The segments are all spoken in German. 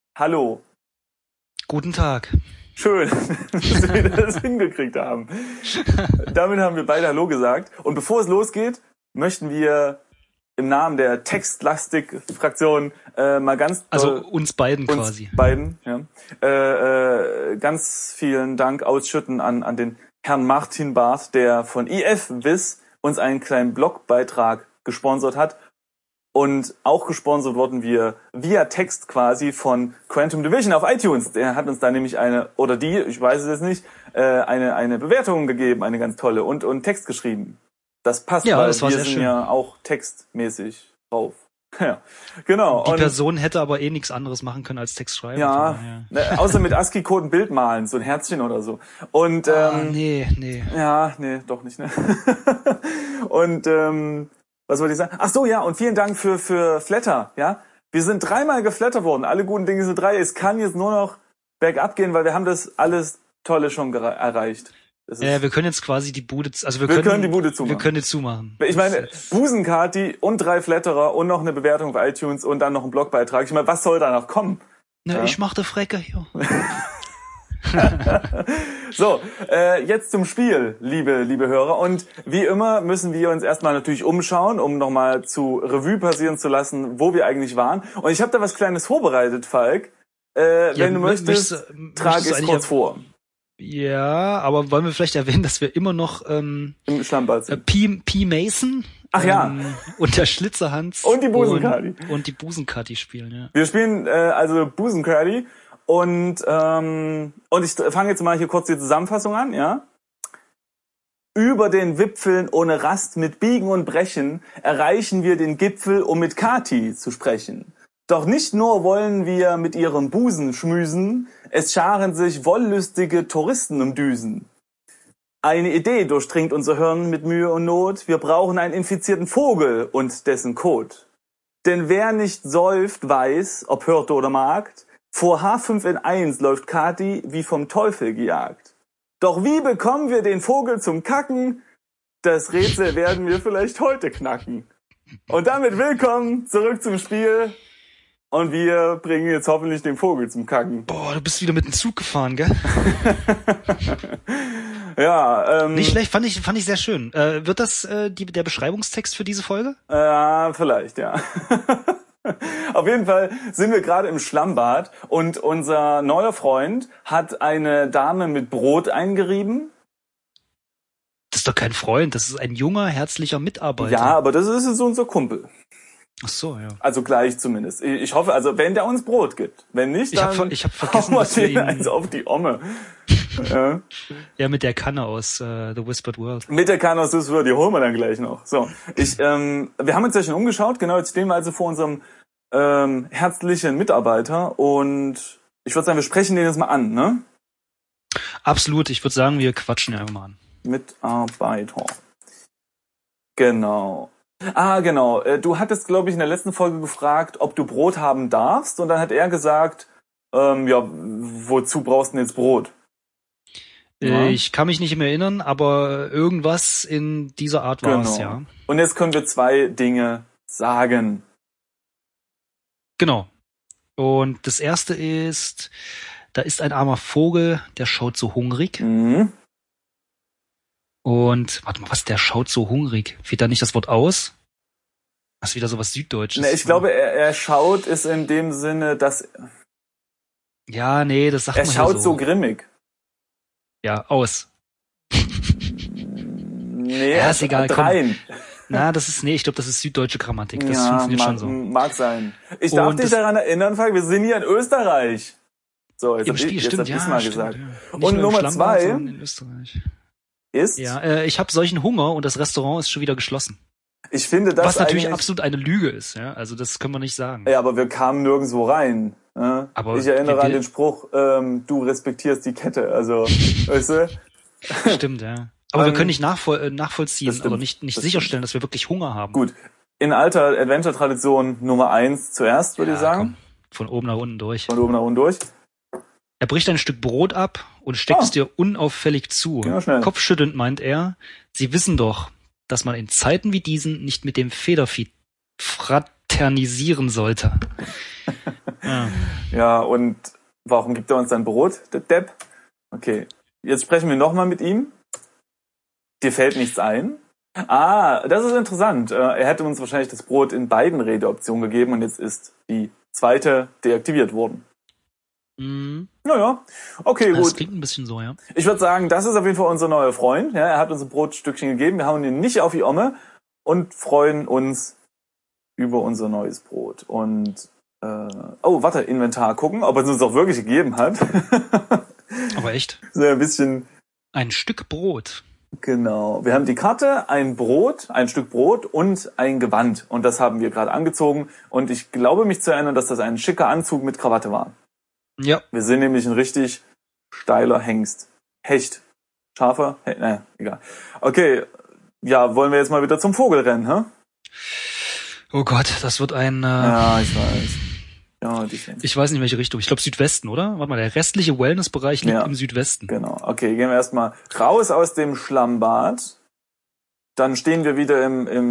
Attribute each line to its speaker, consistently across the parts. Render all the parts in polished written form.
Speaker 1: Hallo.
Speaker 2: Guten Tag.
Speaker 1: Schön, dass wir das hingekriegt haben. Damit haben wir beide Hallo gesagt. Und bevor es losgeht, möchten wir im Namen der Textlastik-Fraktion mal ganz
Speaker 2: Also uns beiden quasi.
Speaker 1: Ganz vielen Dank ausschütten an den Herrn Martin Barth, der von IF-Wiss uns einen kleinen Blogbeitrag gesponsert hat. Und auch gesponsert wurden wir via Text quasi von Quantum Division auf iTunes. Der hat uns da nämlich ich weiß es jetzt nicht, eine Bewertung gegeben, eine ganz tolle und Text geschrieben. Das passt,
Speaker 2: ja,
Speaker 1: weil
Speaker 2: das war
Speaker 1: wir
Speaker 2: sehr
Speaker 1: sind
Speaker 2: schön.
Speaker 1: Ja auch textmäßig drauf. Ja, genau.
Speaker 2: Die Person hätte aber nicht anderes machen können als Text schreiben.
Speaker 1: Ja, außer mit ASCII-Code ein Bild malen, so ein Herzchen oder so. Und
Speaker 2: nee.
Speaker 1: Ja, nee, doch nicht, ne? Und was wollte ich sagen? Ach so, ja, und vielen Dank für Flatter, ja? Wir sind 3-mal geflattert worden, alle guten Dinge sind 3. Es kann jetzt nur noch bergab gehen, weil wir haben das alles Tolle schon erreicht.
Speaker 2: Wir können jetzt quasi die Bude, wir
Speaker 1: können die Bude zumachen.
Speaker 2: Wir können die zumachen.
Speaker 1: Ich meine, Busenkati und 3 Flatterer und noch eine Bewertung auf iTunes und dann noch ein Blogbeitrag. Ich meine, was soll da noch kommen?
Speaker 2: Ja? Ich machte Frecke hier.
Speaker 1: So, jetzt zum Spiel, liebe Hörer. Und wie immer müssen wir uns erstmal natürlich umschauen, um nochmal zu Revue passieren zu lassen, wo wir eigentlich waren. Und ich habe da was Kleines vorbereitet, Falk. Wenn du möchtest, trage es kurz vor.
Speaker 2: Ja, aber wollen wir vielleicht erwähnen, dass wir immer noch
Speaker 1: im Schlammbad sind.
Speaker 2: P. Mason und der Schlitzerhans
Speaker 1: und die Busenkati
Speaker 2: und die Busenkati spielen, ja.
Speaker 1: Wir spielen also Busenkati und ich fange jetzt mal hier kurz die Zusammenfassung an, ja? Über den Wipfeln ohne Rast mit Biegen und Brechen erreichen wir den Gipfel, um mit Kati zu sprechen. Doch nicht nur wollen wir mit ihrem Busen schmüsen, es scharen sich wollüstige Touristen um Düsen. Eine Idee durchdringt unser Hirn mit Mühe und Not, wir brauchen einen infizierten Vogel und dessen Kot. Denn wer nicht säuft, weiß, ob Hirte oder Magd, vor H5N1 läuft Kati wie vom Teufel gejagt. Doch wie bekommen wir den Vogel zum Kacken? Das Rätsel werden wir vielleicht heute knacken. Und damit willkommen zurück zum Spiel. Und wir bringen jetzt hoffentlich den Vogel zum Kacken.
Speaker 2: Boah, du bist wieder mit dem Zug gefahren, gell?
Speaker 1: Ja,
Speaker 2: nicht schlecht, fand ich sehr schön. Wird das der Beschreibungstext für diese Folge?
Speaker 1: Ja, vielleicht, ja. Auf jeden Fall sind wir gerade im Schlammbad und unser neuer Freund hat eine Dame mit Brot eingerieben.
Speaker 2: Das ist doch kein Freund, das ist ein junger, herzlicher Mitarbeiter.
Speaker 1: Ja, aber das ist so unser Kumpel.
Speaker 2: Ach so, ja.
Speaker 1: Also gleich zumindest. Ich hoffe, also wenn der uns Brot gibt. Wenn nicht, dann
Speaker 2: ich hab vergessen, dass wir ihn
Speaker 1: eins auf die Omme.
Speaker 2: Ja, mit der Kanne aus The Whispered World.
Speaker 1: Mit der Kanne aus The Whispered World, die holen wir dann gleich noch. So, wir haben uns ja schon umgeschaut. Genau, jetzt stehen wir also vor unserem herzlichen Mitarbeiter und ich würde sagen, wir sprechen den jetzt mal an, ne?
Speaker 2: Absolut. Ich würde sagen, wir quatschen ja mal an.
Speaker 1: Mitarbeiter. Genau. Genau. Du hattest, glaube ich, in der letzten Folge gefragt, ob du Brot haben darfst. Und dann hat er gesagt, wozu brauchst du denn jetzt Brot?
Speaker 2: Ja. Ich kann mich nicht mehr erinnern, aber irgendwas in dieser Art war es, ja.
Speaker 1: Und jetzt können wir 2 Dinge sagen.
Speaker 2: Genau. Und das erste ist, da ist ein armer Vogel, der schaut so hungrig.
Speaker 1: Mhm.
Speaker 2: Und, warte mal, der schaut so hungrig? Fehlt da nicht das Wort aus? Das ist wieder so was Süddeutsches.
Speaker 1: Ne, ich glaube, er schaut ist in dem Sinne, dass...
Speaker 2: Ja, nee, das sagt man ja so.
Speaker 1: Er schaut so grimmig.
Speaker 2: Ja, aus.
Speaker 1: Nee,
Speaker 2: ja, ist egal,
Speaker 1: rein.
Speaker 2: Ich glaube, das ist süddeutsche Grammatik. Das funktioniert schon so.
Speaker 1: Mag sein. Ich darf dich daran erinnern, Falk, wir sind hier in Österreich. So, jetzt habe ich mal gesagt. Ja. Und Nummer 2
Speaker 2: in Österreich.
Speaker 1: Ist?
Speaker 2: Ja, ich habe solchen Hunger und das Restaurant ist schon wieder geschlossen.
Speaker 1: Ich finde das
Speaker 2: was natürlich absolut eine Lüge ist, ja. Also das können wir nicht sagen.
Speaker 1: Ja, aber wir kamen nirgendwo rein. Aber ich erinnere an den Spruch, du respektierst die Kette. Also, weißt du?
Speaker 2: Stimmt, ja. Aber wir können nicht nachvollziehen oder nicht sicherstellen, dass wir wirklich Hunger haben.
Speaker 1: Gut. In alter Adventure-Tradition Nummer 1 zuerst, würde ich sagen.
Speaker 2: Komm, von oben nach unten durch.
Speaker 1: Er
Speaker 2: bricht ein Stück Brot ab und steckt es dir unauffällig zu. Kopfschüttelnd meint er, Sie wissen doch, dass man in Zeiten wie diesen nicht mit dem Federvieh fraternisieren sollte. Ja.
Speaker 1: Ja, und warum gibt er uns dann Brot, der Depp? Okay, jetzt sprechen wir nochmal mit ihm. Dir fällt nichts ein? Ah, das ist interessant. Er hätte uns wahrscheinlich das Brot in beiden Redeoptionen gegeben und jetzt ist die zweite deaktiviert worden. Naja, okay, gut.
Speaker 2: Das klingt ein bisschen so, ja.
Speaker 1: Ich würde sagen, das ist auf jeden Fall unser neuer Freund. Ja, er hat uns ein Brotstückchen gegeben. Wir hauen ihn nicht auf die Omme und freuen uns über unser neues Brot. Und, Inventar gucken, ob er es uns auch wirklich gegeben hat.
Speaker 2: Aber echt?
Speaker 1: So ein bisschen.
Speaker 2: Ein Stück Brot.
Speaker 1: Genau. Wir haben die Karte, ein Stück Brot und ein Gewand. Und das haben wir gerade angezogen. Und ich glaube mich zu erinnern, dass das ein schicker Anzug mit Krawatte war.
Speaker 2: Ja.
Speaker 1: Wir sind nämlich ein richtig steiler Hengst. Hecht. Schafer? Egal. Okay. Ja, wollen wir jetzt mal wieder zum Vogel rennen, hä?
Speaker 2: Oh Gott, das wird ein...
Speaker 1: Ja, ich weiß. Ja,
Speaker 2: ich weiß nicht, in welche Richtung. Ich glaube Südwesten, oder? Warte mal, der restliche Wellnessbereich liegt im Südwesten.
Speaker 1: Genau. Okay, gehen wir erstmal raus aus dem Schlammbad. Dann stehen wir wieder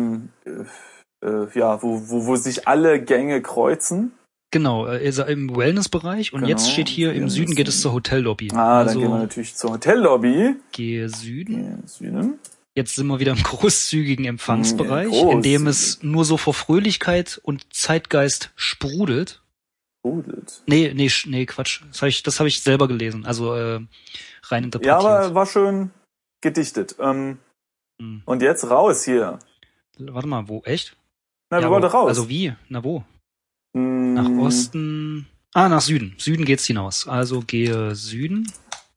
Speaker 1: wo sich alle Gänge kreuzen.
Speaker 2: Genau, also im Wellnessbereich und jetzt steht hier, im Süden geht es zur Hotellobby.
Speaker 1: Dann gehen wir natürlich zur Hotellobby.
Speaker 2: Gehe Süden. Jetzt sind wir wieder im großzügigen Empfangsbereich, in dem es nur so vor Fröhlichkeit und Zeitgeist sprudelt.
Speaker 1: Sprudelt?
Speaker 2: Nee, Quatsch. Das hab ich selber gelesen, also rein interpretiert.
Speaker 1: Ja, aber war schön gedichtet. Und jetzt raus hier.
Speaker 2: Warte mal, wo? Echt?
Speaker 1: Na, wir wollten raus.
Speaker 2: Also wie? Na, wo? Nach Osten. Nach Süden. Süden geht's hinaus. Also gehe Süden.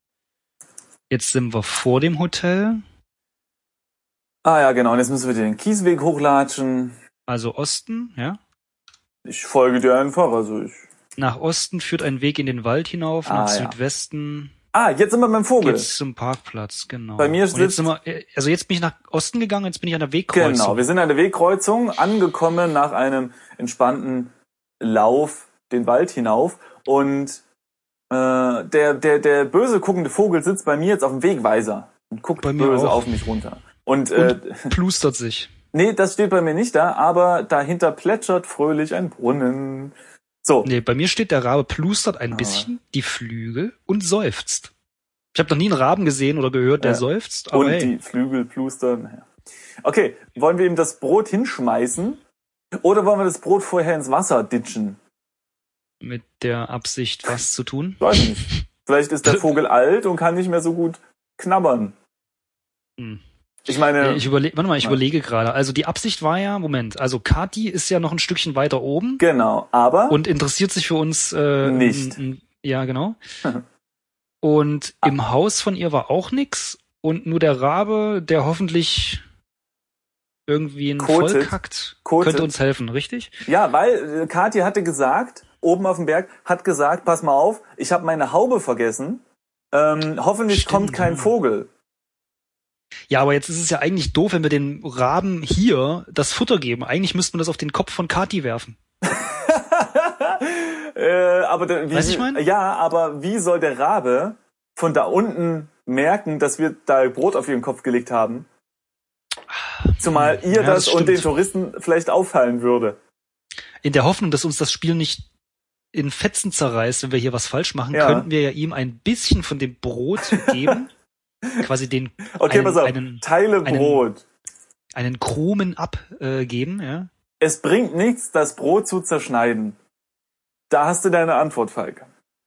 Speaker 2: Jetzt sind wir vor dem Hotel.
Speaker 1: Ja, genau. Und jetzt müssen wir den Kiesweg hochlatschen.
Speaker 2: Also Osten, ja?
Speaker 1: Ich folge dir einfach,
Speaker 2: Nach Osten führt ein Weg in den Wald hinauf, nach Südwesten.
Speaker 1: Jetzt sind wir beim Vogel.
Speaker 2: Geht's zum Parkplatz, genau.
Speaker 1: Bei mir
Speaker 2: jetzt bin ich nach Osten gegangen, jetzt bin ich an der Wegkreuzung.
Speaker 1: Genau, wir sind an der Wegkreuzung angekommen nach einem entspannten Lauf den Wald hinauf und der böse guckende Vogel sitzt bei mir jetzt auf dem Wegweiser und guckt böse auf mich runter. Und
Speaker 2: plustert sich.
Speaker 1: Nee, das steht bei mir nicht da, aber dahinter plätschert fröhlich ein Brunnen. So.
Speaker 2: Nee, bei mir steht, der Rabe plustert ein bisschen die Flügel und seufzt. Ich habe noch nie einen Raben gesehen oder gehört, der seufzt. Aber
Speaker 1: und die Flügel plustern. Ja. Okay, wollen wir ihm das Brot hinschmeißen oder wollen wir das Brot vorher ins Wasser ditchen?
Speaker 2: Mit der Absicht, was zu tun?
Speaker 1: Weiß nicht. Vielleicht ist der Vogel alt und kann nicht mehr so gut knabbern. Ich meine...
Speaker 2: Ich überlege gerade. Also die Absicht war ja, also Kathi ist ja noch ein Stückchen weiter oben.
Speaker 1: Genau, aber...
Speaker 2: Und interessiert sich für uns...
Speaker 1: nicht.
Speaker 2: Ja, genau. Und im Haus von ihr war auch nix. Und nur der Rabe, der hoffentlich irgendwie ein Volk hackt, könnte uns helfen, richtig?
Speaker 1: Ja, weil Kathi hatte gesagt, oben auf dem Berg, pass mal auf, ich habe meine Haube vergessen. Hoffentlich kommt kein Vogel.
Speaker 2: Ja, aber jetzt ist es ja eigentlich doof, wenn wir den Raben hier das Futter geben. Eigentlich müssten wir das auf den Kopf von Kathi werfen.
Speaker 1: Weißt du, ich meine? Ja, aber wie soll der Rabe von da unten merken, dass wir da Brot auf ihren Kopf gelegt haben? Zumal ihr das und den Touristen vielleicht auffallen würde.
Speaker 2: In der Hoffnung, dass uns das Spiel nicht in Fetzen zerreißt, wenn wir hier was falsch machen, könnten wir ja ihm ein bisschen von dem Brot geben. Quasi
Speaker 1: Teile Brot.
Speaker 2: Einen Krumen abgeben, ja.
Speaker 1: Es bringt nichts, das Brot zu zerschneiden. Da hast du deine Antwort, Falk.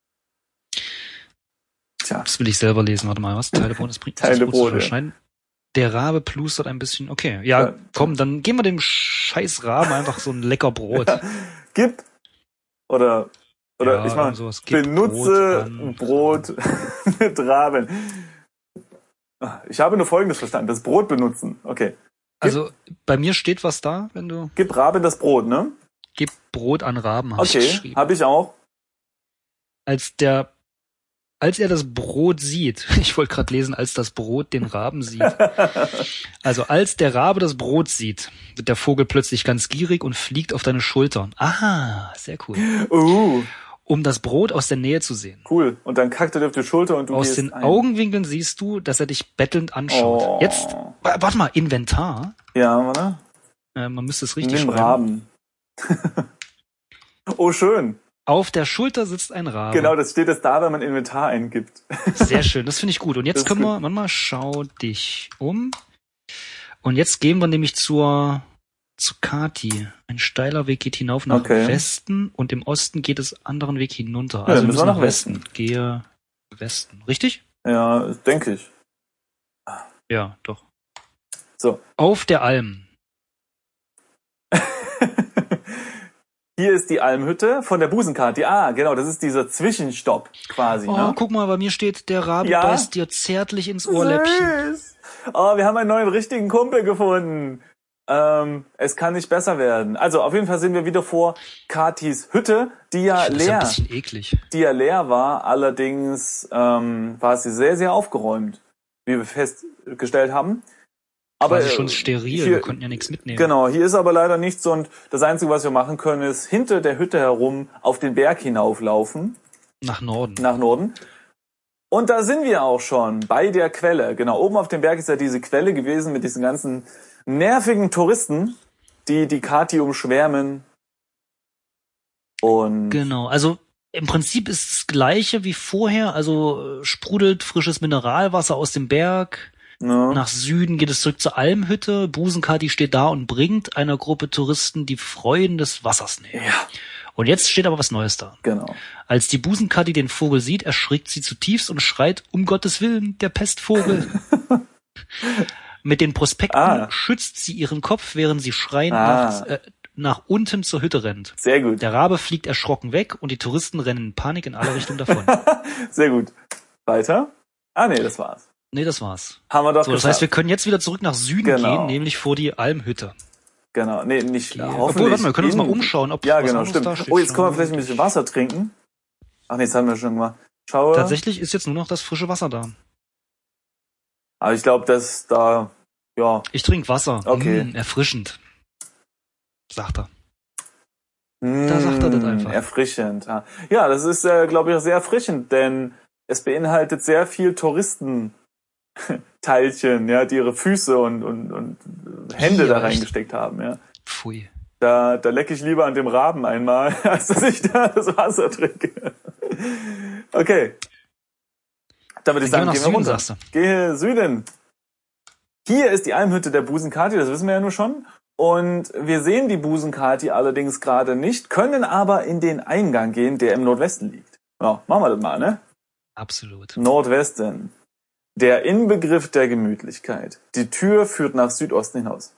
Speaker 2: Tja. Das will ich selber lesen. Warte mal, was? Teile Brot, das bringt nichts, das Brot zu zerschneiden. Der Rabe plustert ein bisschen. Okay, ja, komm, dann geben wir dem scheiß Raben einfach so ein lecker Brot.
Speaker 1: Gib oder ich meine, benutze Brot mit Raben. Ich habe nur Folgendes verstanden. Das Brot benutzen. Okay.
Speaker 2: Also, bei mir steht was da, wenn du...
Speaker 1: Gib Raben das Brot, ne?
Speaker 2: Gib Brot an Raben, habe ich geschrieben.
Speaker 1: Habe ich auch.
Speaker 2: Als er das Brot sieht, ich wollte gerade lesen, als das Brot den Raben sieht. Also, als der Rabe das Brot sieht, wird der Vogel plötzlich ganz gierig und fliegt auf deine Schultern. Aha, sehr cool. Um das Brot aus der Nähe zu sehen.
Speaker 1: Cool. Und dann kackt er dir auf die Schulter und du
Speaker 2: gehst ein. Aus den Augenwinkeln siehst du, dass er dich bettelnd anschaut. Oh. Jetzt, warte mal, Inventar.
Speaker 1: Ja, warte.
Speaker 2: Man müsste es richtig schreiben.
Speaker 1: Raben. Oh, schön.
Speaker 2: Auf der Schulter sitzt ein Rabe.
Speaker 1: Genau, das steht jetzt da, wenn man Inventar eingibt.
Speaker 2: Sehr schön, das finde ich gut. Und jetzt können wir, mal schau dich um. Und jetzt gehen wir nämlich zu Kati. Ein steiler Weg geht hinauf nach Westen und im Osten geht es anderen Weg hinunter. Also müssen wir nach Westen. Gehe Westen. Richtig?
Speaker 1: Ja, denke ich.
Speaker 2: Ja, doch.
Speaker 1: So.
Speaker 2: Auf der Alm.
Speaker 1: Hier ist die Almhütte von der Busenkati. Ah, genau, das ist dieser Zwischenstopp quasi.
Speaker 2: Oh,
Speaker 1: ne?
Speaker 2: Guck mal, bei mir steht, der Rabe beißt dir zärtlich ins Ohrläppchen.
Speaker 1: Süß. Oh, wir haben einen neuen richtigen Kumpel gefunden. Es kann nicht besser werden. Also auf jeden Fall sind wir wieder vor Katis Hütte, die ja leer,
Speaker 2: das ist ein bisschen eklig.
Speaker 1: Die ja leer war. Allerdings war sie sehr, sehr aufgeräumt, wie wir festgestellt haben. Aber
Speaker 2: schon steril,
Speaker 1: hier,
Speaker 2: wir konnten ja nichts mitnehmen.
Speaker 1: Genau, hier ist aber leider nichts und das Einzige, was wir machen können, ist hinter der Hütte herum auf den Berg hinauflaufen.
Speaker 2: Nach Norden.
Speaker 1: Nach Norden. Und da sind wir auch schon, bei der Quelle. Genau, oben auf dem Berg ist ja diese Quelle gewesen mit diesen ganzen nervigen Touristen, die Kati umschwärmen. Und
Speaker 2: genau, also im Prinzip ist das Gleiche wie vorher, also sprudelt frisches Mineralwasser aus dem Berg.
Speaker 1: Ja.
Speaker 2: Nach Süden geht es zurück zur Almhütte. Busenkati steht da und bringt einer Gruppe Touristen die Freuden des Wassers näher.
Speaker 1: Ja.
Speaker 2: Und jetzt steht aber was Neues da.
Speaker 1: Genau.
Speaker 2: Als die Busenkati den Vogel sieht, erschrickt sie zutiefst und schreit, um Gottes Willen, der Pestvogel. Mit den Prospekten schützt sie ihren Kopf, während sie schreiend nach unten zur Hütte rennt.
Speaker 1: Sehr gut.
Speaker 2: Der Rabe fliegt erschrocken weg und die Touristen rennen in Panik in alle Richtungen davon.
Speaker 1: Sehr gut. Weiter? Nee, das war's.
Speaker 2: Nee, das war's.
Speaker 1: Haben wir doch
Speaker 2: geschafft. Das heißt, wir können jetzt wieder zurück nach Süden gehen, nämlich vor die Almhütte.
Speaker 1: Genau, nee, nicht
Speaker 2: Obwohl, warte mal, wir können uns mal umschauen, ob
Speaker 1: ja,
Speaker 2: was
Speaker 1: genau, stimmt.
Speaker 2: da steht.
Speaker 1: Oh, jetzt können wir vielleicht ein bisschen Wasser trinken. Ach nee, das haben wir schon gemacht. Schaue.
Speaker 2: Tatsächlich ist jetzt nur noch das frische Wasser da.
Speaker 1: Aber ich glaube, dass da, ja.
Speaker 2: Ich trinke Wasser.
Speaker 1: Okay.
Speaker 2: Erfrischend. Sagt er. Da sagt er das einfach.
Speaker 1: Erfrischend. Ja, das ist, glaube ich, auch sehr erfrischend, denn es beinhaltet sehr viel Touristenteilchen, ja, die ihre Füße und Hände da reingesteckt haben, ja.
Speaker 2: Pfui.
Speaker 1: Da lecke ich lieber an dem Raben einmal, als dass ich da das Wasser trinke. Okay. Dann würde ich sagen, gehen wir runter. Gehe Süden. Hier ist die Almhütte der Busenkati, das wissen wir ja nur schon. Und wir sehen die Busenkati allerdings gerade nicht, können aber in den Eingang gehen, der im Nordwesten liegt. Ja, machen wir das mal, ne?
Speaker 2: Absolut.
Speaker 1: Nordwesten. Der Inbegriff der Gemütlichkeit. Die Tür führt nach Südosten hinaus.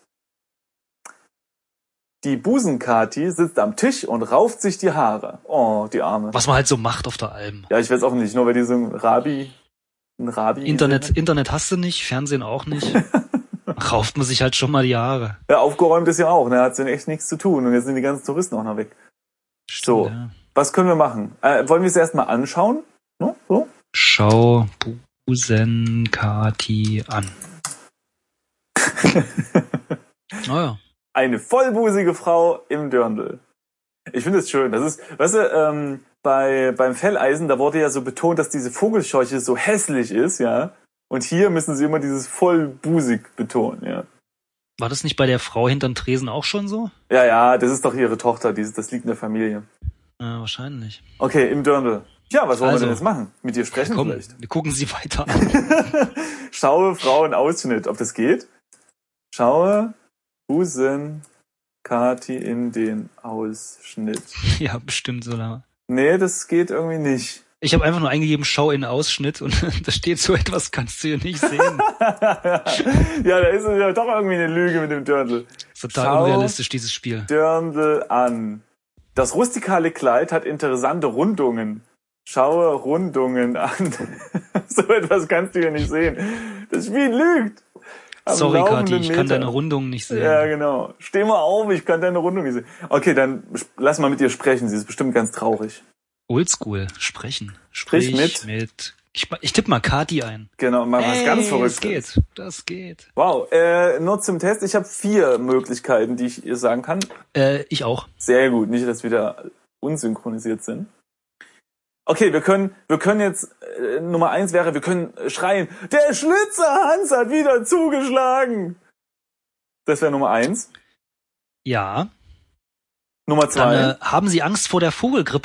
Speaker 1: Die Busenkati sitzt am Tisch und rauft sich die Haare. Oh, die Arme.
Speaker 2: Was man halt so macht auf der Alm.
Speaker 1: Ja, ich weiß auch nicht, nur weil die so ein Rabi.
Speaker 2: Internet hast du nicht, Fernsehen auch nicht. Rauft man sich halt schon mal die Haare.
Speaker 1: Ja, aufgeräumt ist ja auch, ne? Hat ja echt nichts zu tun. Und jetzt sind die ganzen Touristen auch noch weg.
Speaker 2: Stimmt,
Speaker 1: so,
Speaker 2: ja.
Speaker 1: Was können wir machen? Wollen wir es erstmal anschauen? No? So?
Speaker 2: Schau Busenkati an. Naja.
Speaker 1: Eine vollbusige Frau im Dirndl. Ich finde es schön. Das ist, weißt du, beim Felleisen, da wurde ja so betont, dass diese Vogelscheuche so hässlich ist, ja. Und hier müssen sie immer dieses vollbusig betonen, ja.
Speaker 2: War das nicht bei der Frau hinterm Tresen auch schon so?
Speaker 1: Ja, das ist doch ihre Tochter, das liegt in der Familie.
Speaker 2: Ja, wahrscheinlich.
Speaker 1: Okay, im Dirndl. Ja, was wollen wir denn jetzt machen? Mit dir sprechen vielleicht?
Speaker 2: Wir gucken sie weiter an.
Speaker 1: Schaue Frauenausschnitt, ob das geht. Schaue Busenkati in den Ausschnitt.
Speaker 2: Ja, bestimmt so lange.
Speaker 1: Nee, das geht irgendwie nicht.
Speaker 2: Ich habe einfach nur eingegeben, schau in den Ausschnitt und da steht so etwas, kannst du hier nicht sehen.
Speaker 1: Ja, da ist es ja doch irgendwie eine Lüge mit dem Dirndl.
Speaker 2: Total unrealistisch, dieses Spiel.
Speaker 1: Dirndl an. Das rustikale Kleid hat interessante Rundungen. Schaue Rundungen an. So etwas kannst du hier nicht sehen. Das Spiel lügt.
Speaker 2: Sorry, Kathi, ich kann deine Rundungen nicht sehen.
Speaker 1: Ja, genau. Steh mal auf, ich kann deine Rundung nicht sehen. Okay, dann lass mal mit ihr sprechen. Sie ist bestimmt ganz traurig.
Speaker 2: Oldschool, sprechen.
Speaker 1: Sprich mit.
Speaker 2: Ich tippe mal Kathi ein.
Speaker 1: Genau, mal was ganz Verrücktes.
Speaker 2: Das geht.
Speaker 1: Wow, nur zum Test. Ich habe 4 Möglichkeiten, die ich ihr sagen kann.
Speaker 2: Ich auch.
Speaker 1: Sehr gut, nicht, dass wir da unsynchronisiert sind. Okay, wir können jetzt, Nummer 1 wäre, wir können schreien, der Schlitzerhans hat wieder zugeschlagen. Das wäre Nummer 1.
Speaker 2: Ja.
Speaker 1: Nummer 2.
Speaker 2: Dann, haben Sie Angst vor der Vogelgrippe?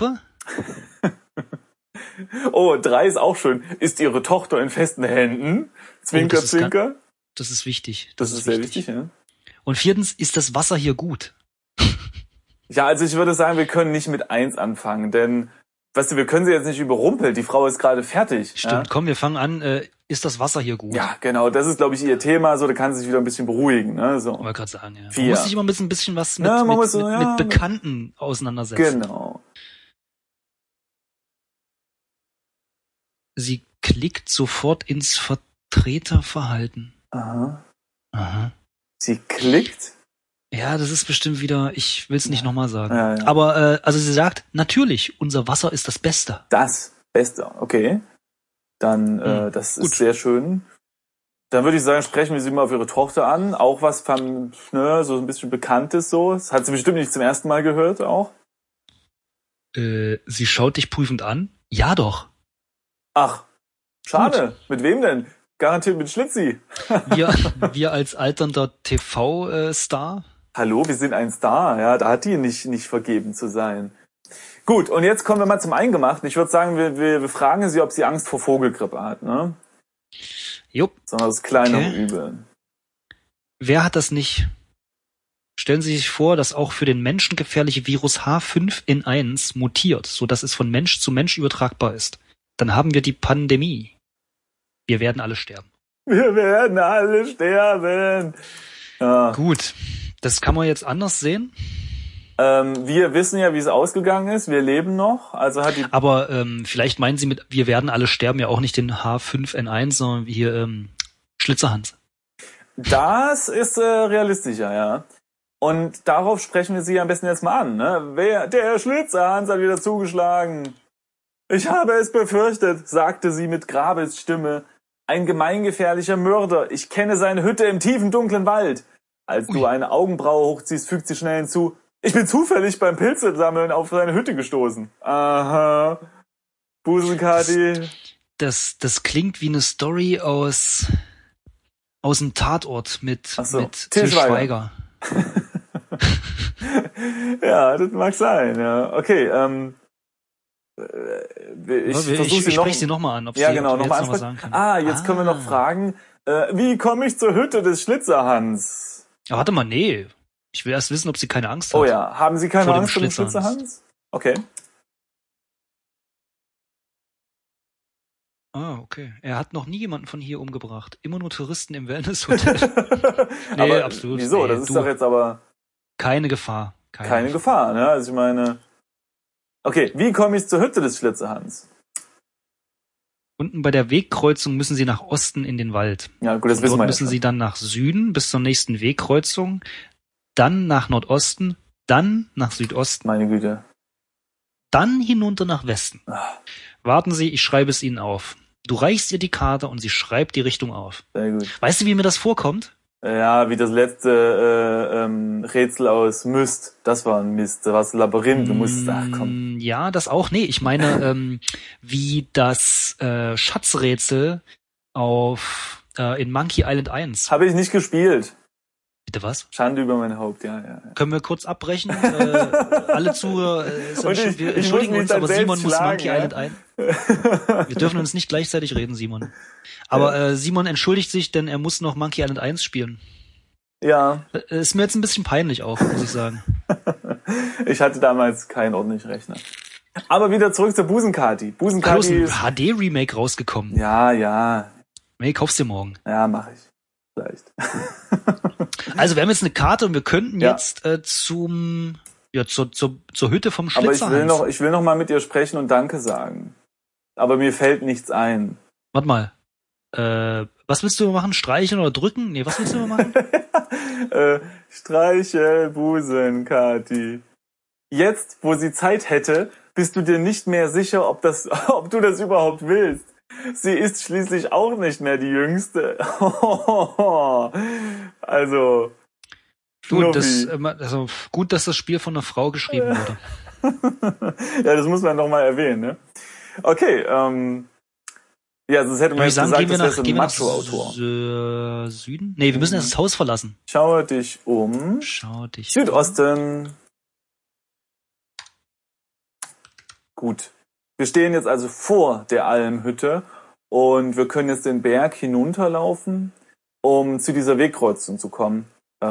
Speaker 1: Oh, 3 ist auch schön. Ist Ihre Tochter in festen Händen? Zwinker, Zwinker.
Speaker 2: Das ist wichtig.
Speaker 1: Das ist sehr wichtig, ja.
Speaker 2: Und 4, ist das Wasser hier gut?
Speaker 1: Ja, also ich würde sagen, wir können nicht mit 1 anfangen, denn, weißt du, wir können sie jetzt nicht überrumpeln. Die Frau ist gerade fertig.
Speaker 2: Stimmt,
Speaker 1: ja?
Speaker 2: Komm, wir fangen an. Ist das Wasser hier gut?
Speaker 1: Ja, genau. Das ist, glaube ich, ihr Thema. So, da kann sie sich wieder ein bisschen beruhigen. Ne? So.
Speaker 2: Wollte gerade sagen, ja.
Speaker 1: 4.
Speaker 2: Man muss sich immer ein bisschen was mit Bekannten auseinandersetzen.
Speaker 1: Genau.
Speaker 2: Sie klickt sofort ins Vertreterverhalten.
Speaker 1: Aha.
Speaker 2: Aha.
Speaker 1: Sie klickt?
Speaker 2: Ja, das ist bestimmt wieder, ich will es nicht nochmal sagen.
Speaker 1: Ja, ja.
Speaker 2: Aber, also sie sagt, natürlich, unser Wasser ist das Beste.
Speaker 1: Das Beste, okay. Dann, das
Speaker 2: gut.
Speaker 1: ist sehr schön. Dann würde ich sagen, sprechen wir sie mal auf ihre Tochter an. Auch was von, ne, so ein bisschen Bekanntes so. Das hat sie bestimmt nicht zum ersten Mal gehört auch.
Speaker 2: Sie schaut dich prüfend an. Ja doch.
Speaker 1: Ach, schade. Gut. Mit wem denn? Garantiert mit Schlitzi.
Speaker 2: Wir als alternder TV-Star.
Speaker 1: Hallo, wir sind ein Star, ja. Da hat die nicht vergeben zu sein. Gut, und jetzt kommen wir mal zum Eingemachten. Ich würde sagen, wir fragen sie, ob sie Angst vor Vogelgrippe hat, ne?
Speaker 2: Jupp.
Speaker 1: Sondern das kleinere Übel.
Speaker 2: Wer hat das nicht? Stellen Sie sich vor, dass auch für den Menschen gefährliche Virus H5N1 mutiert, sodass es von Mensch zu Mensch übertragbar ist. Dann haben wir die Pandemie. Wir werden alle sterben.
Speaker 1: Wir werden alle sterben. Ja.
Speaker 2: Gut, das kann man jetzt anders sehen.
Speaker 1: Wir wissen ja, wie es ausgegangen ist. Wir leben noch. Also hat die.
Speaker 2: Aber vielleicht meinen Sie mit wir werden alle sterben ja auch nicht den H5N1, sondern wie hier Schlitzerhans.
Speaker 1: Das ist realistischer, ja. Und darauf sprechen wir sie am besten jetzt mal an. Ne? Der Schlitzerhans hat wieder zugeschlagen. Ich habe es befürchtet, sagte sie mit Grabes Stimme. Ein gemeingefährlicher Mörder. Ich kenne seine Hütte im tiefen, dunklen Wald. Als du eine Augenbraue hochziehst, fügt sie schnell hinzu. Ich bin zufällig beim Pilzesammeln auf seine Hütte gestoßen. Aha. Busenkati.
Speaker 2: Das klingt wie eine Story aus dem Tatort mit Til Schweiger.
Speaker 1: Ja, das mag sein, ja. Okay,
Speaker 2: ich spreche sie nochmal an, ob sie
Speaker 1: noch mal
Speaker 2: was sagen kann.
Speaker 1: Jetzt können wir noch fragen, wie komme ich zur Hütte des Schlitzerhans?
Speaker 2: Ja, warte mal, nee. Ich will erst wissen, ob sie keine Angst hat.
Speaker 1: Oh ja, haben Sie keine Angst vor dem Schlitzerhans? Okay.
Speaker 2: Okay. Er hat noch nie jemanden von hier umgebracht. Immer nur Touristen im Wellnesshotel. Nee,
Speaker 1: aber
Speaker 2: absolut.
Speaker 1: Wieso? Das ist doch jetzt aber...
Speaker 2: Keine Gefahr.
Speaker 1: Keine Gefahr, ne? Also ich meine... Okay, wie komme ich zur Hütte des Schlitzerhans?
Speaker 2: Unten bei der Wegkreuzung müssen Sie nach Osten in den Wald.
Speaker 1: Ja, gut, das wissen wir.
Speaker 2: Dort müssen Sie dann nach Süden bis zur nächsten Wegkreuzung, dann nach Nordosten, dann nach Südosten.
Speaker 1: Meine Güte.
Speaker 2: Dann hinunter nach Westen. Warten Sie, ich schreibe es Ihnen auf. Du reichst ihr die Karte und sie schreibt die Richtung auf.
Speaker 1: Sehr gut.
Speaker 2: Weißt du, wie mir das vorkommt?
Speaker 1: Ja, wie das letzte Rätsel aus Myst. Das war ein Mist. Das war das Labyrinth. Du musst, komm.
Speaker 2: Ja, das auch. Nee, ich meine, wie das Schatzrätsel in Monkey Island 1.
Speaker 1: Habe ich nicht gespielt.
Speaker 2: Bitte was?
Speaker 1: Schande über mein Haupt, ja.
Speaker 2: Können wir kurz abbrechen? Alle Zuhörer, wir entschuldigen uns, aber Simon muss Monkey Island ein. Wir dürfen uns nicht gleichzeitig reden, Simon. Aber Simon entschuldigt sich, denn er muss noch Monkey Island 1 spielen.
Speaker 1: Ja.
Speaker 2: Ist mir jetzt ein bisschen peinlich auch, muss ich sagen.
Speaker 1: Ich hatte damals keinen ordentlichen Rechner. Aber wieder zurück zur Busenkati. Busenkati
Speaker 2: ist ein HD-Remake rausgekommen.
Speaker 1: Ja.
Speaker 2: Nee, kaufst du morgen.
Speaker 1: Ja, mach ich. Vielleicht.
Speaker 2: Also wir haben jetzt eine Karte und wir könnten jetzt zur Hütte vom Schlitzerhans.
Speaker 1: Aber ich will noch mal mit ihr sprechen und Danke sagen. Aber mir fällt nichts ein.
Speaker 2: Warte mal. Was willst du machen? Streicheln oder drücken? Nee, was willst du machen?
Speaker 1: Streichel Busenkati. Jetzt, wo sie Zeit hätte, bist du dir nicht mehr sicher, ob du das überhaupt willst. Sie ist schließlich auch nicht mehr die Jüngste. Also,
Speaker 2: gut, dass das Spiel von einer Frau geschrieben wurde.
Speaker 1: Ja, das muss man noch mal erwähnen, ne? Okay, ja, sonst hätte man jetzt gesagt, das wäre so ein Macho-Autor.
Speaker 2: Süden? Nee, wir müssen erst das Haus verlassen.
Speaker 1: Schaue dich um. Südosten. Gut. Wir stehen jetzt also vor der Almhütte und wir können jetzt den Berg hinunterlaufen, um zu dieser Wegkreuzung zu kommen,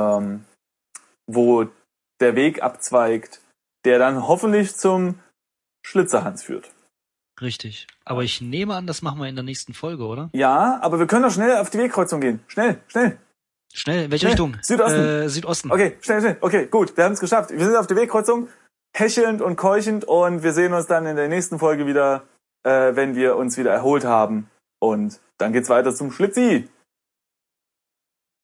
Speaker 1: wo der Weg abzweigt, der dann hoffentlich zum Schlitzerhans führt.
Speaker 2: Richtig. Aber ich nehme an, das machen wir in der nächsten Folge, oder?
Speaker 1: Ja, aber wir können doch schnell auf die Wegkreuzung gehen. Schnell.
Speaker 2: Schnell, in welche Richtung?
Speaker 1: Südosten.
Speaker 2: Südosten.
Speaker 1: Okay, schnell. Okay, gut, wir haben es geschafft. Wir sind auf der Wegkreuzung, hechelnd und keuchend und wir sehen uns dann in der nächsten Folge wieder, wenn wir uns wieder erholt haben. Und dann geht's weiter zum Schlitzi.